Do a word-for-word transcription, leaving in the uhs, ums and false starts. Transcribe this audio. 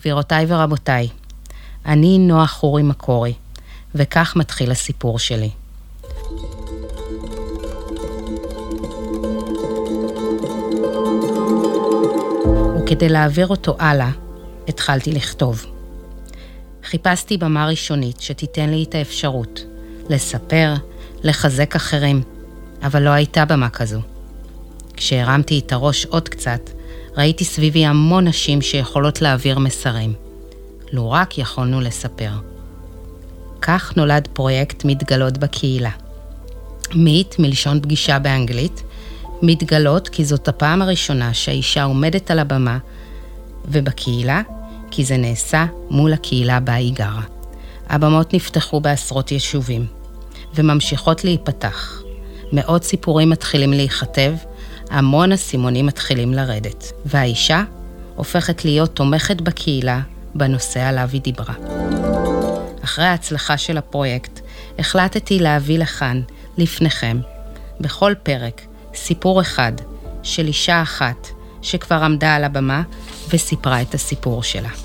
גבירותיי ורבותיי, אני נועה חורי מקורי, וכך מתחיל הסיפור שלי. וכדי להעביר אותו הלאה, התחלתי לכתוב. חיפשתי במה ראשונית שתיתן לי את האפשרות לספר, לחזק אחרים, אבל לא הייתה במה כזו. כשהרמתי את הראש עוד קצת, ראיתי סביבי המון נשים שיכולות להעביר מסרים. לא רק יכולנו לספר. כך נולד פרויקט מתגלות בקהילה. meet מלשון פגישה באנגלית, מתגלות כי זאת הפעם הראשונה שהאישה עומדת על הבמה, ובקהילה כי זה נעשה מול הקהילה בה היא גרה. הבמות נפתחו בעשרות יישובים, וממשיכות להיפתח. מאות סיפורים מתחילים להיכתב, המון הסימונים מתחילים לרדת, והאישה הופכת להיות תומכת בקהילה בנושא עליו היא דיברה. אחרי ההצלחה של הפרויקט, החלטתי להביא לכאן, לפניכם, בכל פרק, סיפור אחד של אישה אחת שכבר עמדה על הבמה וסיפרה את הסיפור שלה.